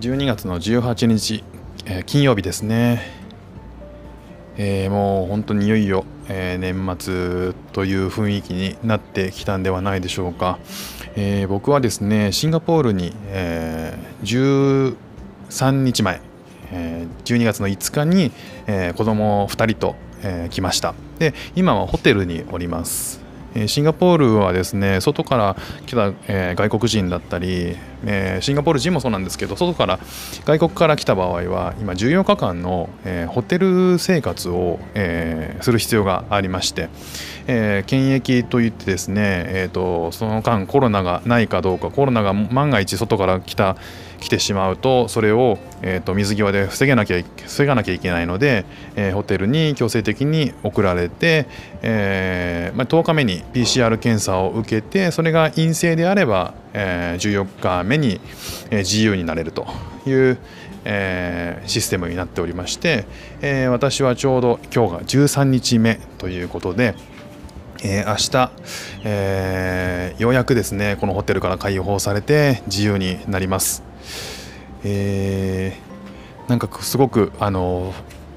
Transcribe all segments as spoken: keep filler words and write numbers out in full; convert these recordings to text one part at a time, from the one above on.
じゅうにがつのじゅうはちにち、えー、金曜日ですね。えー、もう本当にいよいよ、えー、年末という雰囲気になってきたんではないでしょうか。えー、僕はですねシンガポールに、えー、じゅうさんにちまえ、えー、じゅうにがつのいつかに、えー、子供ふたりと、えー、来ました。で今はホテルにおります。シンガポールはですね外から来た、えー、外国人だったり、えー、シンガポール人もそうなんですけど、外から外国から来た場合は今じゅうよっかかんの、えー、ホテル生活を、えー、する必要がありまして、えー、検疫といってですね、えーと、その間コロナがないかどうか、コロナが万が一外から来た来てしまうとそれを、えーと、水際で防げなきゃ防がなきゃいけないので、えー、ホテルに強制的に送られて、えーまあ、とおかめに ピーシーアール 検査を受けて、それが陰性であれば、えー、じゅうよっかめに、えー、自由になれるという、えー、システムになっておりまして、えー、私はちょうど今日がじゅうさんにちめということで、えー、明日、えー、ようやくですねこのホテルから解放されて自由になります。えー、なんかすごくあの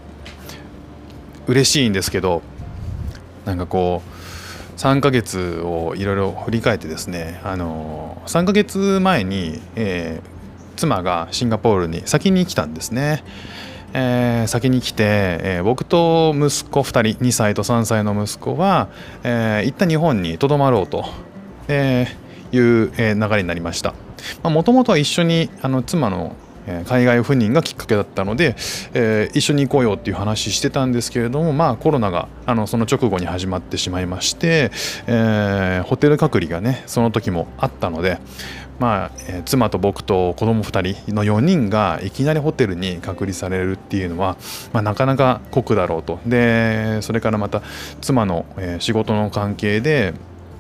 嬉しいんですけど、なんかこうさんかげつをいろいろ振り返ってですね、あのさんかげつまえに、えー、妻がシンガポールに先に来たんですね。えー、先に来て、えー、僕と息子ふたり、にさいとさんさいの息子は、えー、一旦日本にとどまろうと、えー、いう、えー、流れになりました。もともとは一緒にあの妻の海外赴任がきっかけだったので、えー、一緒に行こうよっていう話してたんですけれども、まあコロナがあのその直後に始まってしまいまして、えー、ホテル隔離がねその時もあったので、まあえー、妻と僕と子供ふたりのよにんがいきなりホテルに隔離されるっていうのは、まあ、なかなか酷だろうと。でそれからまた妻の、えー、仕事の関係で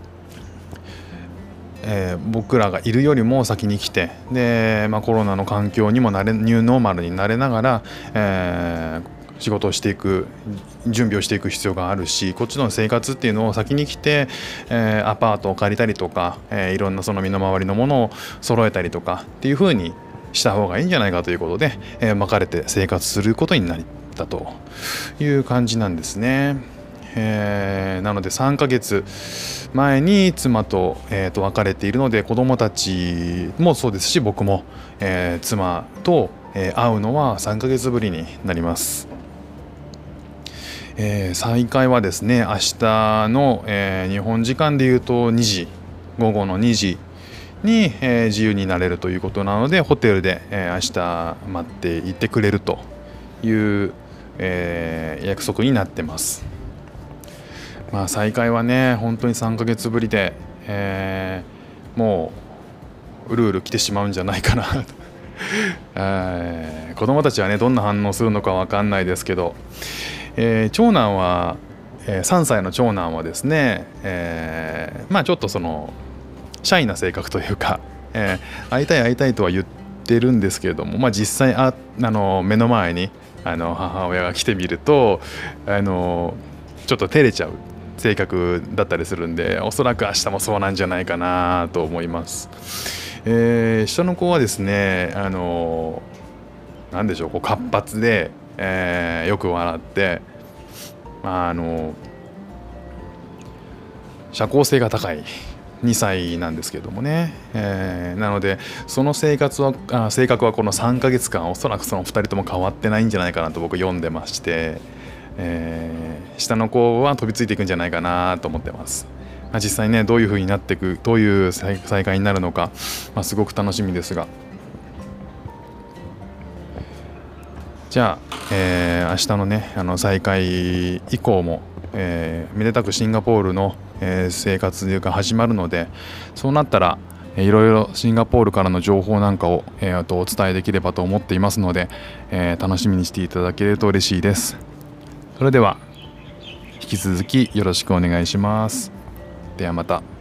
えー、僕らがいるよりも先に来て、で、まあ、コロナの環境にもなれニューノーマルになれながら、えー、仕事をしていく準備をしていく必要があるし、こっちの生活っていうのを先に来て、えー、アパートを借りたりとか、えー、いろんなその身の回りのものを揃えたりとかっていう風にした方がいいんじゃないかということで、えー、別れて生活することになったという感じなんですね。えー、なのでさんかげつまえに妻と、えー、と別れているので、子どもたちもそうですし僕も、えー、妻と、えー、会うのはさんかげつぶりになります。えー、再開はですね明日の、えー、日本時間でいうとにじ午後のにじに、えー、自由になれるということなので、ホテルで、えー、明日待っていてくれるという、えー、約束になってます。まあ、再開はね本当にさんかげつぶりで、えー、もううるうる来てしまうんじゃないかなとえー、子供たちはねどんな反応するのか分かんないですけど、えー、長男は、えー、さんさいの長男はですね、えー、まあちょっとそのシャイな性格というか、えー、会いたい会いたいとは言ってるんですけれども、まあ、実際ああの目の前にあの母親が来てみるとあのちょっと照れちゃう性格だったりするんで、おそらく明日もそうなんじゃないかなと思います。えー、下の子はですねあのなんでしょうこう活発で、えー、よく笑って、まあ、あの社交性が高いにさいなんですけどもね、えー、なのでその生活はあ性格はこのさんかげつかんおそらくそのふたりとも変わってないんじゃないかなと僕読んでまして、えー、下の子は飛びついていくんじゃないかなと思ってます。まあ、実際ねどういう風になっていく、どういう再開になるのか、まあ、すごく楽しみですが、じゃあ、えー、明日のねあの再開以降も、えー、めでたくシンガポールの、えー、生活が始まるので、そうなったらいろいろシンガポールからの情報なんかを、えー、とお伝えできればと思っていますので、えー、楽しみにしていただけると嬉しいです。それでは引き続きよろしくお願いします。ではまた。